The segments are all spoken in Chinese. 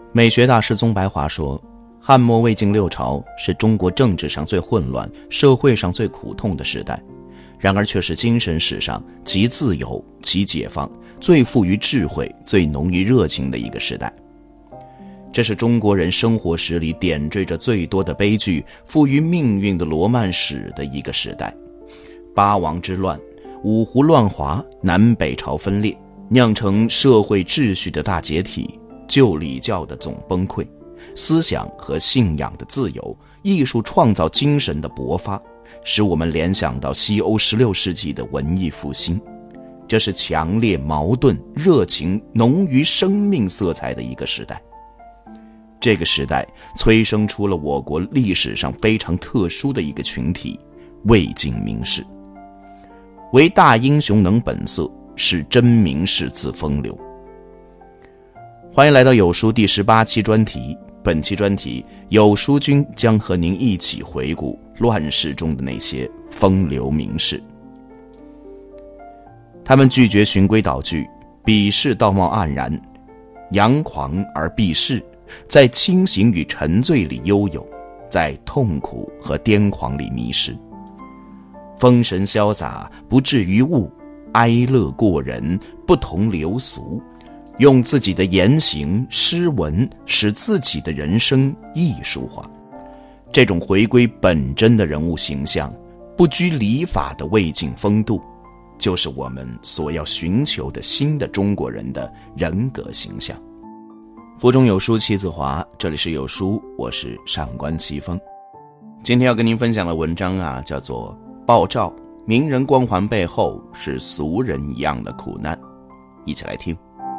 美学大师宗白华说，汉末魏晋六朝是中国政治上最混乱、社会上最苦痛的时代，然而却是精神史上极自由、极解放、最富于智慧、最浓于热情的一个时代。这是中国人生活史里点缀着最多的悲剧、富于命运的罗曼史的一个时代。八王之乱、五胡乱华、南北朝分裂，酿成社会秩序的大解体，旧礼教的总崩溃，思想和信仰的自由，艺术创造精神的勃发，使我们联想到西欧16世纪的文艺复兴。这是强烈矛盾、热情、浓于生命色彩的一个时代。这个时代催生出了我国历史上非常特殊的一个群体——魏晋名士。唯大英雄能本色，是真名士自风流。欢迎来到有书第18期专题，本期专题有书君将和您一起回顾乱世中的那些风流名士。他们拒绝循规蹈矩，鄙视道貌岸然，扬狂而避世，在清醒与沉醉里悠游，在痛苦和癫狂里迷失。风神潇洒，不至于物，哀乐过人，不同流俗，用自己的言行诗文使自己的人生艺术化。这种回归本真的人物形象，不拘礼法的魏晋风度，就是我们所要寻求的新的中国人的人格形象。腹中有书气自华，这里是有书，我是上官奇峰。今天要跟您分享的文章叫做鲍照，名人光环背后是俗人一样的苦难。一起来听。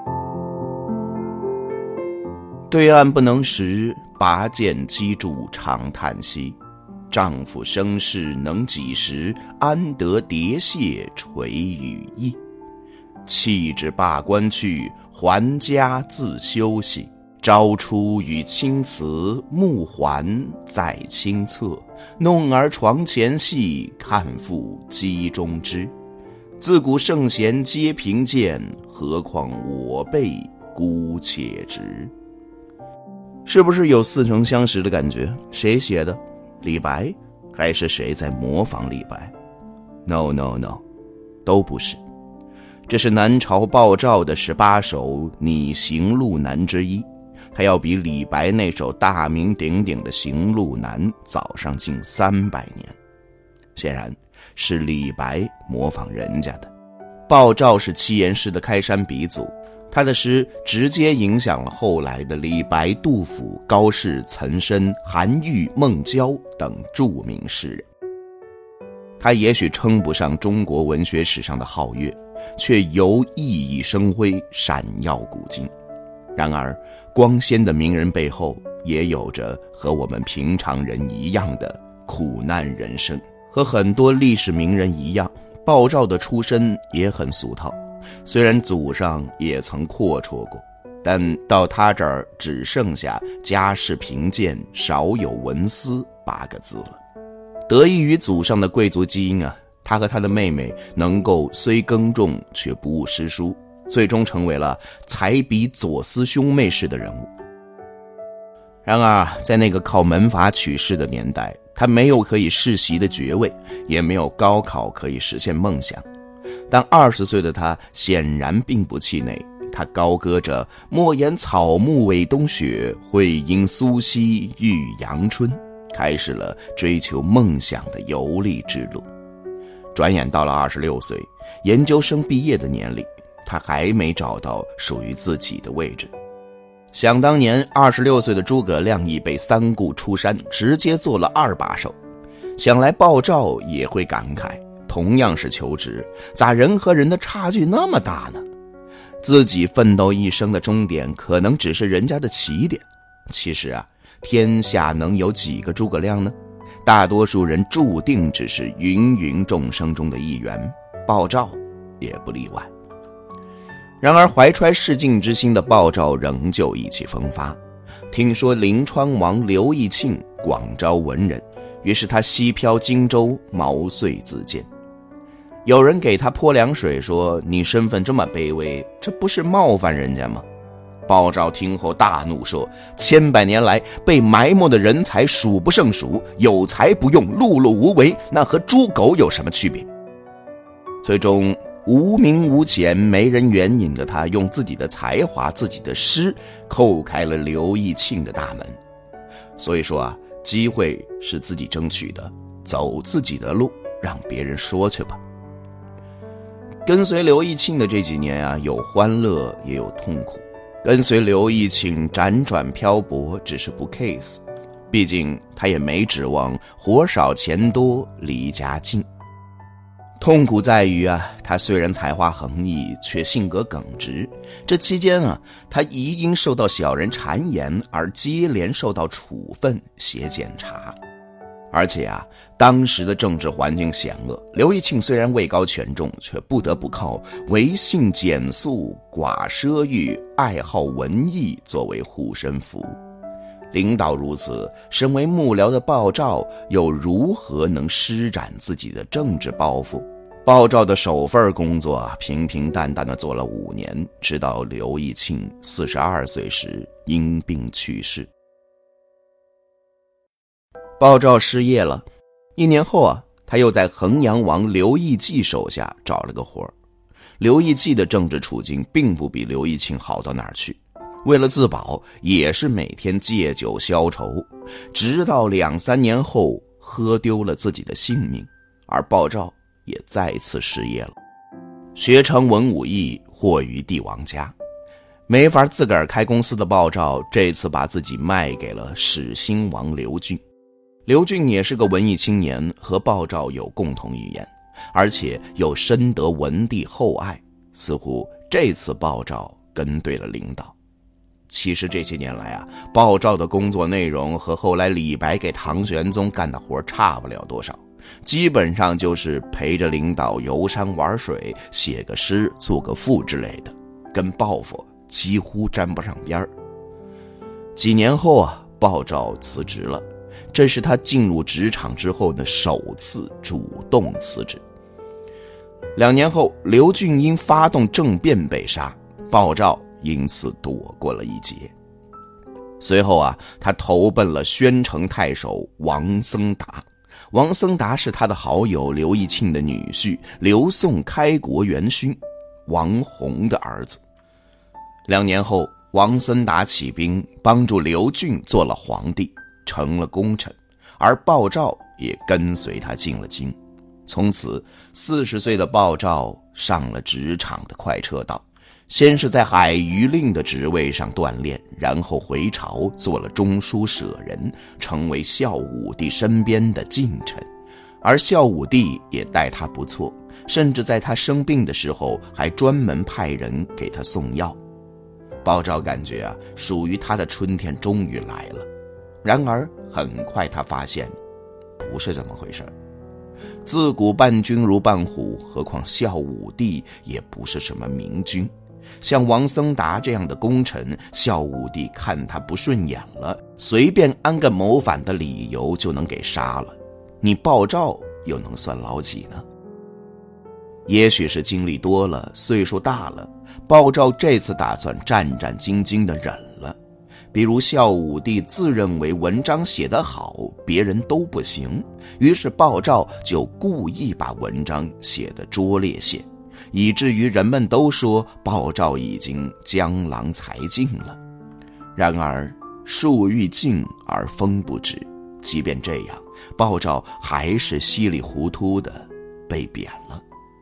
对岸不能食，拔剑击筑长叹息。丈夫生事能几时，安得叠屑垂羽翼。弃之罢官去，还家自休息。朝出与青瓷，暮还在清侧。弄儿床前戏，看妇机中织。自古圣贤皆贫贱，何况我辈姑且直。是不是有似曾相识的感觉？谁写的？李白？还是谁在模仿李白？ No， 都不是。这是南朝鲍照的18首拟行路难之一，他要比李白那首大名鼎鼎的行路难早上近300年。显然是李白模仿人家的。鲍照是七言诗的开山鼻祖，他的诗直接影响了后来的李白、杜甫、高适、岑参、韩愈、孟郊等著名诗人。他也许称不上中国文学史上的皓月，却尤熠熠生辉，闪耀古今。然而光鲜的名人背后也有着和我们平常人一样的苦难人生。和很多历史名人一样，鲍照的出身也很俗套，虽然祖上也曾阔绰过，但到他这儿只剩下家世贫贱，少有文思8个字了。得益于祖上的贵族基因他和他的妹妹能够虽耕种却不误诗书，最终成为了才比左思兄妹式的人物。然而在那个靠门阀取士的年代，他没有可以世袭的爵位，也没有高考可以实现梦想。但20岁的他显然并不气馁，他高歌着莫言草木为冬雪，会因苏溪遇阳春，开始了追求梦想的游历之路。转眼到了26岁，研究生毕业的年龄，他还没找到属于自己的位置。想当年26岁的诸葛亮已被三顾出山，直接做了2把手。想来鲍照也会感慨，同样是求职，咋人和人的差距那么大呢？自己奋斗一生的终点可能只是人家的起点。其实天下能有几个诸葛亮呢？大多数人注定只是芸芸众生中的一员，鲍照也不例外。然而怀揣仕进之心的鲍照仍旧意气风发，听说临川王刘义庆广招文人，于是他西漂荆州，毛遂自荐。有人给他泼凉水说，你身份这么卑微，这不是冒犯人家吗？ 鲍照听后大怒说，千百年来被埋没的人才数不胜数，有才不用，碌碌无为，那和猪狗有什么区别？最终无名无钱没人援引的他，用自己的才华自己的诗叩开了刘义庆的大门。所以说啊，机会是自己争取的，走自己的路，让别人说去吧。跟随刘义庆的这几年啊，有欢乐也有痛苦。跟随刘义庆辗转漂泊只是不 case， 毕竟他也没指望活少钱多离家近。痛苦在于啊，他虽然才华横溢，却性格耿直。这期间啊，他疑因受到小人谗言而接连受到处分写检查。而且啊，当时的政治环境险恶，刘义庆虽然位高权重，却不得不靠唯信简素、寡奢欲、爱好文艺作为护身符。领导如此，身为幕僚的鲍照又如何能施展自己的政治抱负？鲍照的首份工作平平淡淡的做了5年，直到刘义庆42岁时因病去世。鲍照失业了，1年后啊，他又在衡阳王刘义季手下找了个活。刘义季的政治处境并不比刘义庆好到哪儿去，为了自保，也是每天借酒消愁，直到2-3年后喝丢了自己的性命，而鲍照也再次失业了。学成文武艺，惑于帝王家，没法自个儿开公司的鲍照，这次把自己卖给了始兴王刘俊。刘俊也是个文艺青年，和鲍照有共同语言，而且又深得文帝厚爱，似乎这次鲍照跟对了领导。其实这些年来啊，鲍照的工作内容和后来李白给唐玄宗干的活差不了多少，基本上就是陪着领导游山玩水，写个诗做个赋之类的，跟抱负几乎沾不上边儿。几年后啊，鲍照辞职了，这是他进入职场之后的首次主动辞职。2年后，刘俊因发动政变被杀，鲍照因此躲过了一劫。随后啊，他投奔了宣城太守王僧达。王僧达是他的好友刘义庆的女婿，刘宋开国元勋王弘的儿子。2年后，王僧达起兵，帮助刘俊做了皇帝，成了功臣，而鲍照也跟随他进了京。从此40岁的鲍照上了职场的快车道，先是在海虞令的职位上锻炼，然后回朝做了中书舍人，成为孝武帝身边的近臣。而孝武帝也待他不错，甚至在他生病的时候还专门派人给他送药。鲍照感觉啊，属于他的春天终于来了。然而很快他发现不是这么回事。自古伴君如伴虎，何况孝武帝也不是什么明君。像王僧达这样的功臣，孝武帝看他不顺眼了，随便安个谋反的理由就能给杀了。你鲍照又能算老几呢？也许是经历多了，岁数大了，鲍照这次打算战战兢兢地忍了。比如孝武帝自认为文章写得好，别人都不行，于是鲍照就故意把文章写得拙劣些，以至于人们都说鲍照已经江郎才尽了。然而树欲静而风不止，即便这样，鲍照还是稀里糊涂的被贬了。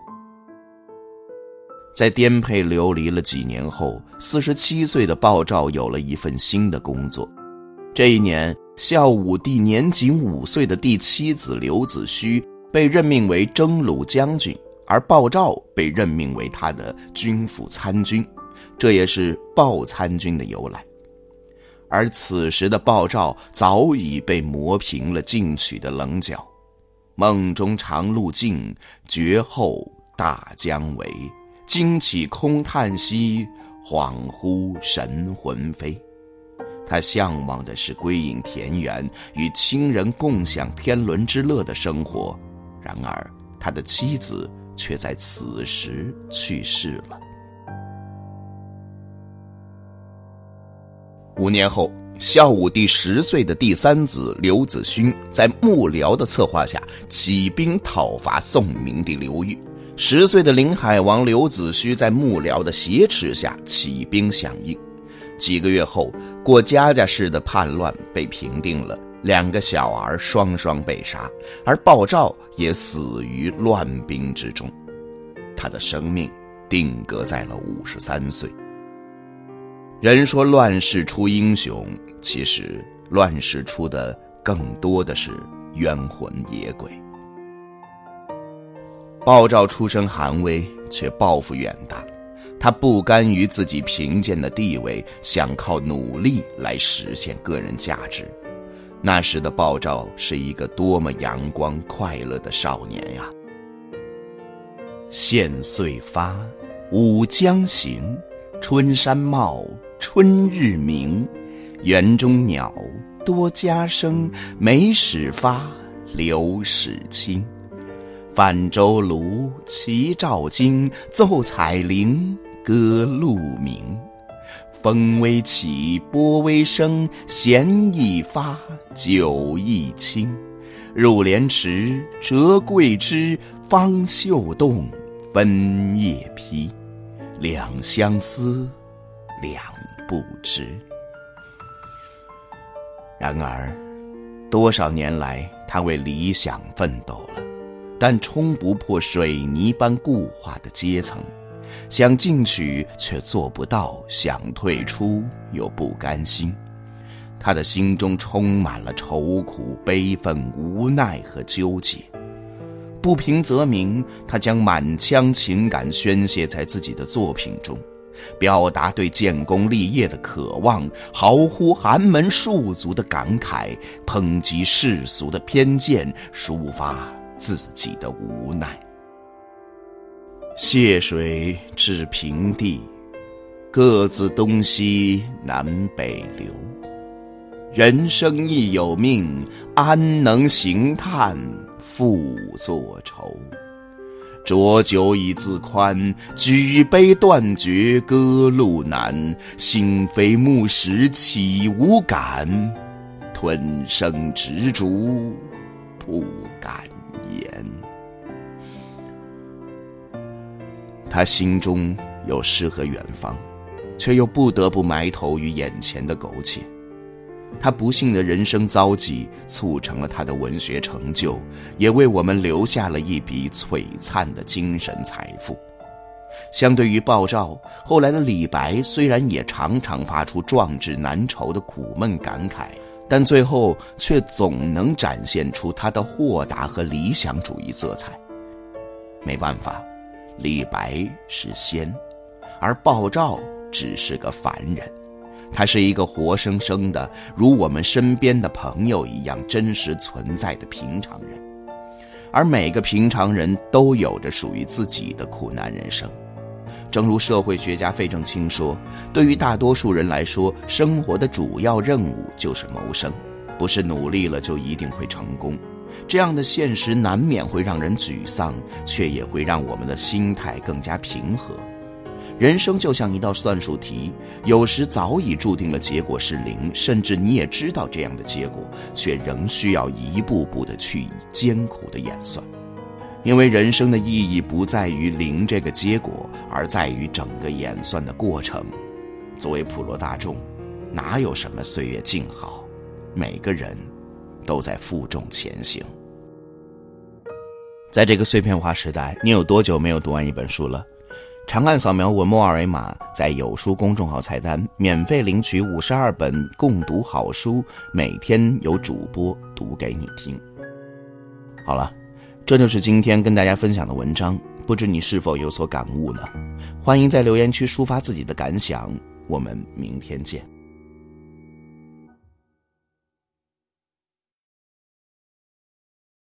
在颠沛流离了几年后，47岁的鲍照有了一份新的工作。这一年，孝武帝年仅5岁的第7子刘子虚被任命为征虏将军，而鲍照被任命为他的军辅参军，这也是鲍参军的由来。而此时的鲍照早已被磨平了进取的棱角。梦中长路尽，绝后大江为。惊起空叹息，恍惚神魂飞。他向往的是归隐田园，与亲人共享天伦之乐的生活。然而他的妻子却在此时去世了。 5年后，孝武帝10岁的第三子刘子勋在幕僚的策划下起兵讨伐宋明帝刘裕。10岁的临海王刘子胥在幕僚的挟持下起兵响应。几个月后，过家家式的叛乱被平定了，2个小儿双双被杀，而鲍照也死于乱兵之中。他的生命定格在了53岁。人说乱世出英雄，其实乱世出的更多的是冤魂野鬼。鲍照出身寒微，却抱负远大，他不甘于自己贫贱的地位，想靠努力来实现个人价值。那时的鲍照是一个多么阳光快乐的少年呀！现岁发，五江行，春山茂，春日明，园中鸟多佳声，梅始发，柳始青。泛舟炉，齐赵京，奏彩铃，歌鹿鸣。风微起，波微生，弦易发，酒易倾。入帘池，折桂枝，芳袖动，分叶披。两相思，两不知。然而，多少年来，他为理想奋斗了，但冲不破水泥般固化的阶层，想进取却做不到，想退出又不甘心。他的心中充满了愁苦、悲愤、无奈和纠结。不平则鸣，他将满腔情感宣泄在自己的作品中，表达对建功立业的渴望，豪呼寒门庶族的感慨，抨击世俗的偏见，抒发自己的无奈。泻水至平地，各自东西南北流。人生亦有命，安能行叹复作愁。浊酒已自宽，举杯断绝歌路难。心非木石岂无感，吞声执烛不敢言。他心中有诗和远方，却又不得不埋头于眼前的苟且。他不幸的人生遭际促成了他的文学成就，也为我们留下了一笔璀璨的精神财富。相对于鲍照，后来的李白虽然也常常发出壮志难酬的苦闷感慨，但最后却总能展现出他的豁达和理想主义色彩。没办法，李白是仙，而鲍照只是个凡人。他是一个活生生的，如我们身边的朋友一样真实存在的平常人。而每个平常人都有着属于自己的苦难人生。正如社会学家费正清说，对于大多数人来说，生活的主要任务就是谋生，不是努力了就一定会成功。这样的现实难免会让人沮丧，却也会让我们的心态更加平和。人生就像一道算术题，有时早已注定了结果是0，甚至你也知道这样的结果，却仍需要一步步的去艰苦的演算。因为人生的意义不在于0这个结果，而在于整个演算的过程。作为普罗大众，哪有什么岁月静好，每个人都在负重前行。在这个碎片化时代，你有多久没有读完一本书了？长按扫描文末二维码，在有书公众号菜单免费领取52本共读好书，每天有主播读给你听。好了，这就是今天跟大家分享的文章，不知你是否有所感悟呢？欢迎在留言区抒发自己的感想，我们明天见。